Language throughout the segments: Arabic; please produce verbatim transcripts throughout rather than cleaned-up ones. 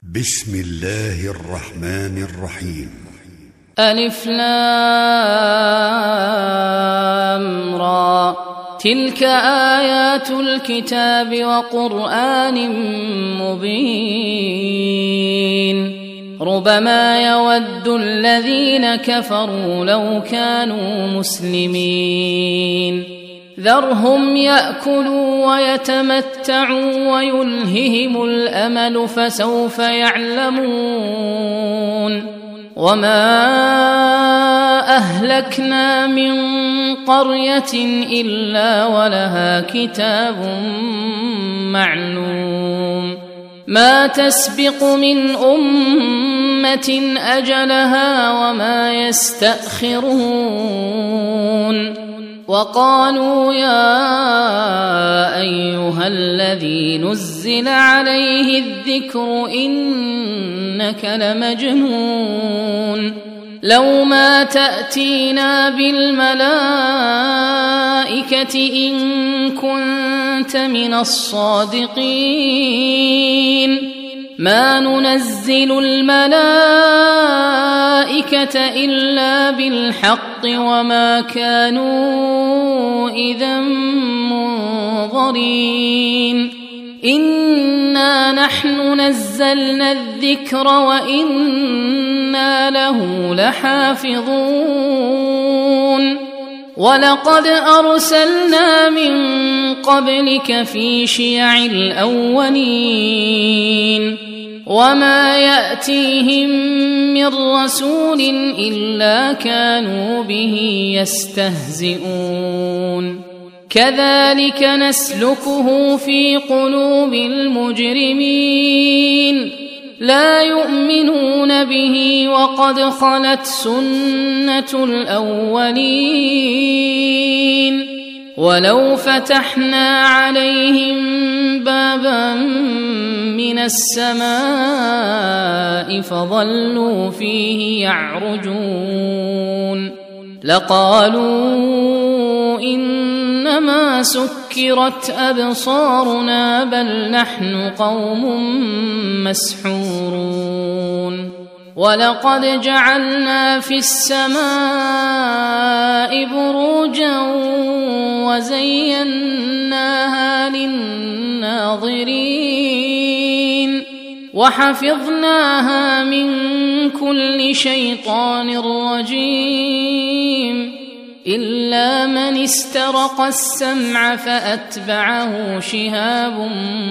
بسم الله الرحمن الرحيم. ألف لام را، تلك آيات الكتاب وقرآن مبين. ربما يود الذين كفروا لو كانوا مسلمين. ذرهم يأكلوا ويتمتعوا ويلههم الأمل فسوف يعلمون. وما أهلكنا من قرية إلا ولها كتاب معلوم. ما تسبق من أمة أجلها وما يستأخرون. وقالوا يا أيها الذي نزل عليه الذكر إنك لمجنون. لو ما تأتينا بالملائكة إن كنت من الصادقين. ما ننزل الملائكة إلا بالحق وما كانوا إذا منظرين. إنا نحن نزلنا الذكر وإنا له لحافظون. ولقد أرسلنا من قبلك في شيع الأولين. وما يأتيهم من رسول إلا كانوا به يستهزئون. كذلك نسلكه في قلوب المجرمين. لا يؤمنون به وقد خلت سنة الأولين. ولو فتحنا عليهم بابا من السماء فظلوا فيه يعرجون لقالوا إنما سكرت أبصارنا بل نحن قوم مسحورون. ولقد جعلنا في السماء بروجا وزيناها للناظرين وحفظناها من كل شيطان رجيم إلا من استرق السمع فأتبعه شهاب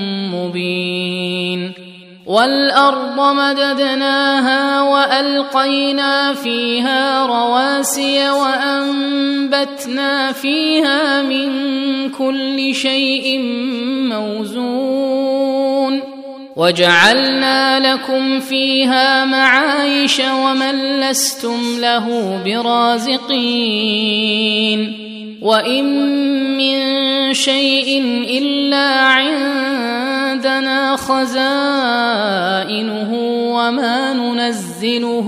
مبين. والأرض مددناها وألقينا فيها رواسي وأنبتنا فيها من كل شيء موزون. وجعلنا لكم فيها معايش ومن لستم له برازقين. وإن من شيء إلا عندنا خزائنه وما ننزله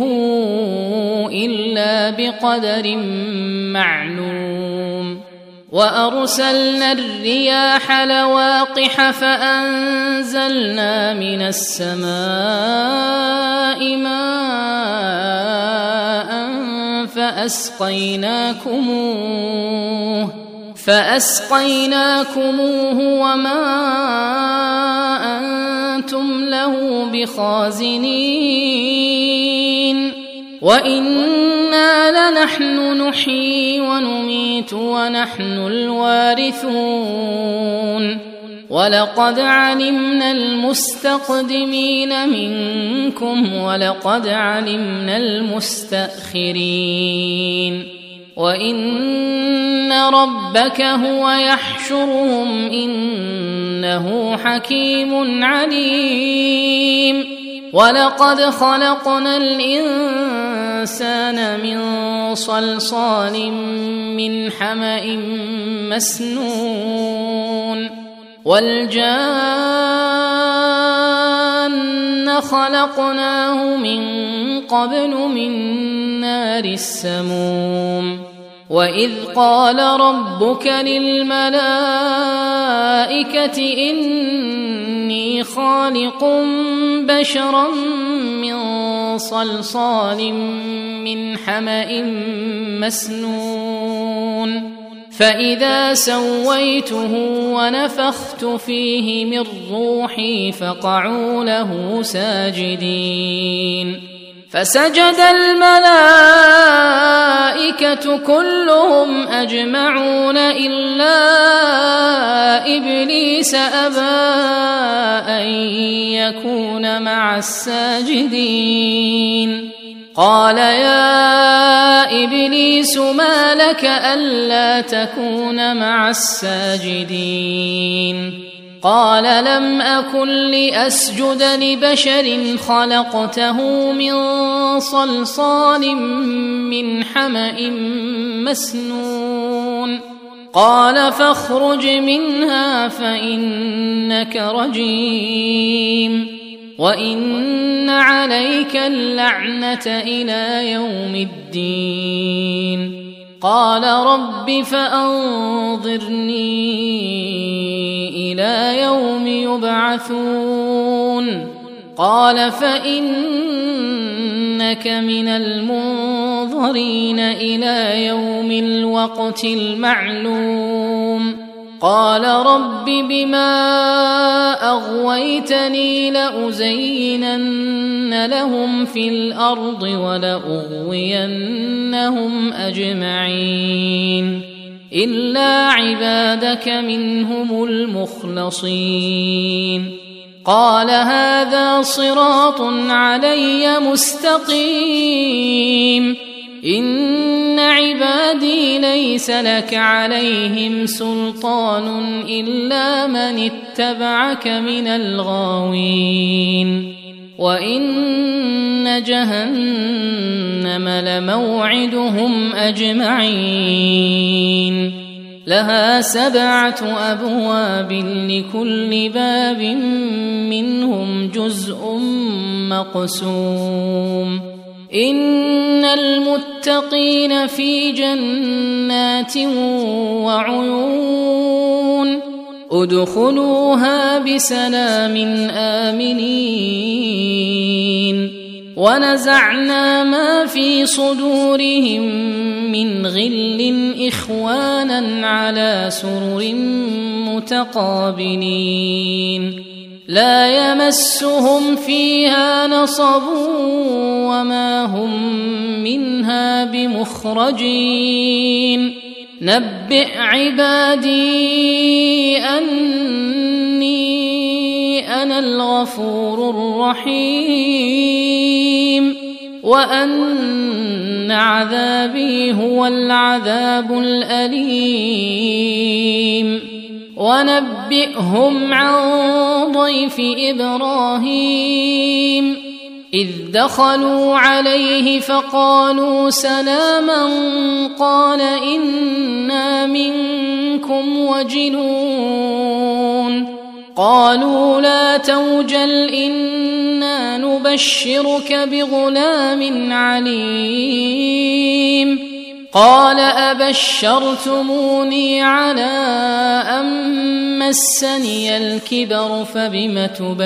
إلا بقدر معلوم. وأرسلنا الرياح لواقح فأنزلنا من السماء ماء فأسقيناكموه فأسقيناكموه وما أنتم له بخازنين. وإنا لنحن نحيي ونميت ونحن الوارثون. ولقد علمنا المستقدمين منكم ولقد علمنا المستأخرين. وإن ربك هو يحشرهم إنه حكيم عليم. ولقد خلقنا الإنسان من صلصال من حمأ مسنون. والجان خلقناه من قبل من نار السموم. وإذ قال ربك للملائكة إني خالق بشرا من صلصال من حمأ مسنون فإذا سويته ونفخت فيه من روحي فقعوا له ساجدين فسجد الملائكة كلهم أجمعون إلا إبليس أبى أن يكون مع الساجدين قال يا إبليس ما لك ألا تكون مع الساجدين قال لم أكن لأسجد لبشر خلقته من صلصال من حمأ مسنون قال فاخرج منها فإنك رجيم وإن عليك اللعنة إلى يوم الدين قال رب فأنظرني إلى يوم يبعثون قال فإنك من المنظرين إلى يوم الوقت المعلوم قال رب بما أغويتني لأزينن لهم في الأرض ولأغوينهم أجمعين إلا عبادك منهم المخلصين قال هذا صراط علي مستقيم إن عبادي ليس لك عليهم سلطان إلا من اتبعك من الغاوين وإن جهنم لموعدهم أجمعين لها سبعة أبواب لكل باب منهم جزء مقسوم إن المتقين في جنات وعيون ادخلوها بسلام آمنين ونزعنا ما في صدورهم من غل إخوانا على سرر متقابلين لا يمسهم فيها نصب وما هم منها بمخرجين نبئ عبادي أني أنا الغفور الرحيم وأن عذابي هو العذاب الأليم ونبئهم عن ضيف إبراهيم إذ دخلوا عليه فقالوا سلاما قال إنا منكم وجلون قالوا لا توجل إنا نبشرك بغلام عليم قال أبشرتموني على أن مسني الكبر فبم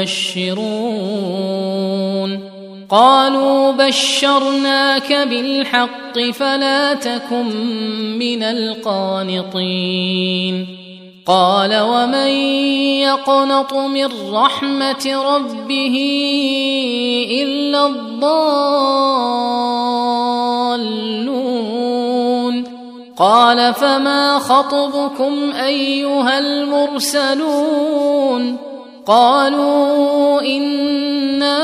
تبشرون قالوا بشرناك بالحق فلا تكن من القانطين قال ومن يقنط من رحمة ربه إلا الضالون قال فما خطبكم أيها المرسلون قالوا إنا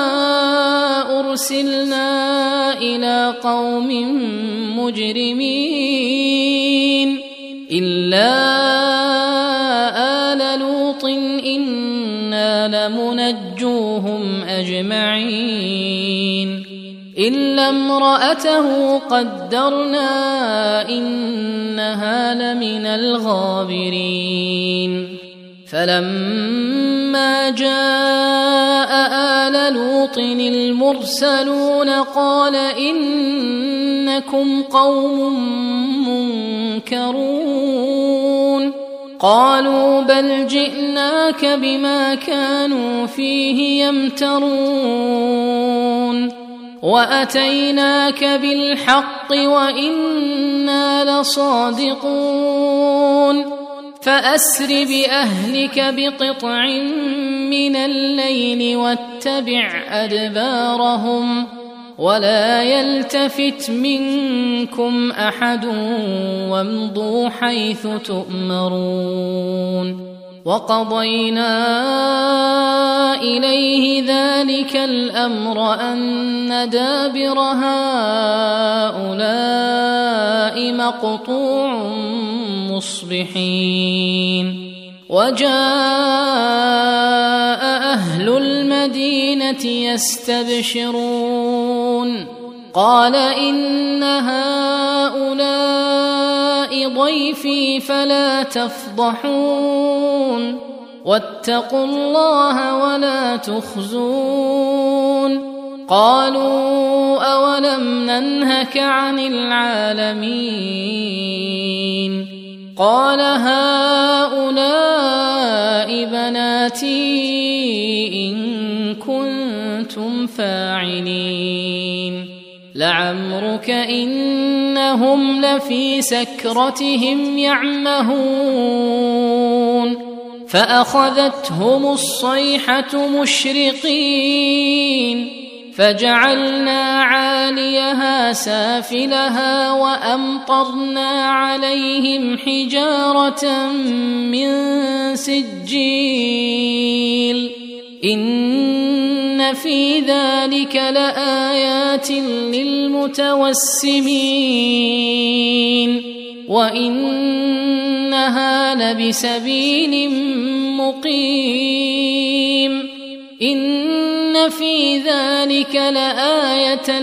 أرسلنا إلى قوم مجرمين إلا آل لوط إنا لمنجوهم أجمعين إلا امرأته قدرنا إنها لمن الغابرين فلما جاء آل لوط المرسلون قال إنكم قوم منكرون قالوا بل جئناك بما كانوا فيه يمترون وأتيناك بالحق وإنا لصادقون فأسر بأهلك بقطع من الليل واتبع أدبارهم ولا يلتفت منكم أحد وامضوا حيث تؤمرون وقضينا إليه ذلك الأمر أن دابر هؤلاء مقطوع مصبحين وجاء أهل المدينة يستبشرون قال إن هؤلاء ضيفي فلا تفضحون واتقوا الله ولا تخزون قالوا أولم ننهك عن العالمين قال هؤلاء بناتي إن كنتم فاعلين لعمرك إنهم لفي سكرتهم يعمهون فأخذتهم الصيحة مشرقين فجعلنا عاليها سافلها وأمطرنا عليهم حجارة من سجيل إن في ذلك لآيات للمتوسمين وإنها لبسبيل مقيم إن في ذلك لآية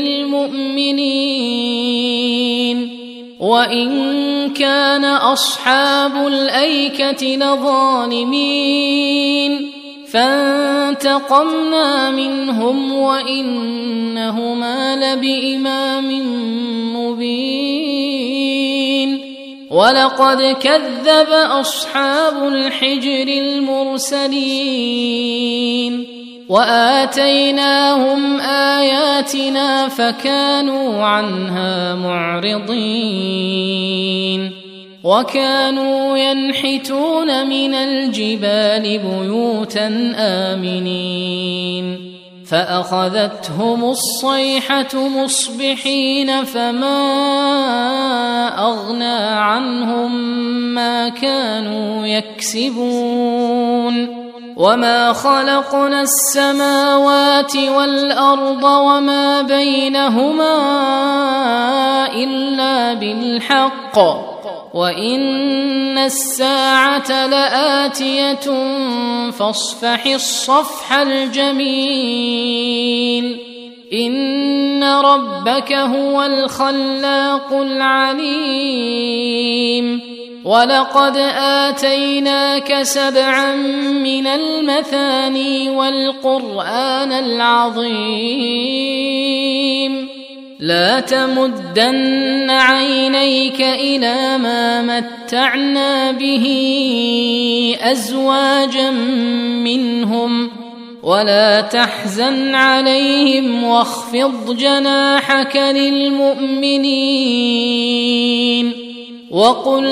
للمؤمنين وإن كان أصحاب الأيكة لظالمين فانتقمنا منهم وإنهما لبإمام مبين ولقد كذب أصحاب الحجر المرسلين وآتيناهم آياتنا فكانوا عنها معرضين وكانوا ينحتون من الجبال بيوتا آمنين فأخذتهم الصيحة مصبحين فما أغنى عنهم ما كانوا يكسبون وما خلقنا السماوات والأرض وما بينهما إلا بالحق وإن الساعة لآتية فاصفح الصفح الجميل إن ربك هو الخلاق العليم ولقد آتيناك سبعا من المثاني والقرآن العظيم لا تمدن عينيك إلى ما متعنا به أزواجا منهم ولا تحزن عليهم واخفض جناحك للمؤمنين وقل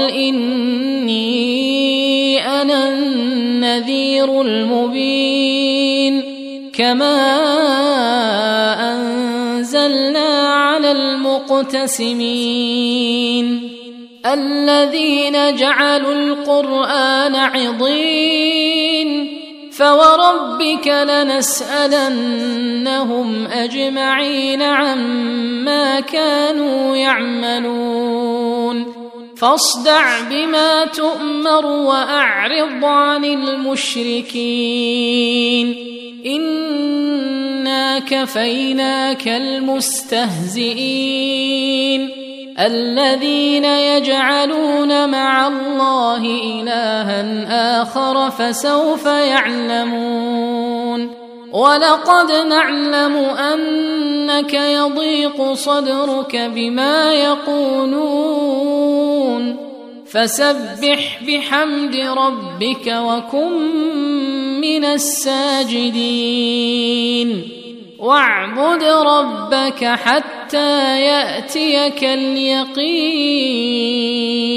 إني أنا النذير المبين كما أنزلنا على المقتسمين الذين جعلوا القرآن عضين فوربك لنسألنهم أجمعين عما كانوا يعملون فاصدع بما تؤمر وأعرض عن المشركين إنا كفيناك المستهزئين الذين يجعلون مع الله إلها آخر فسوف يعلمون ولقد نعلم أنك يضيق صدرك بما يقولون فسبح بحمد ربك وكن من الساجدين واعبد ربك حتى يأتيك اليقين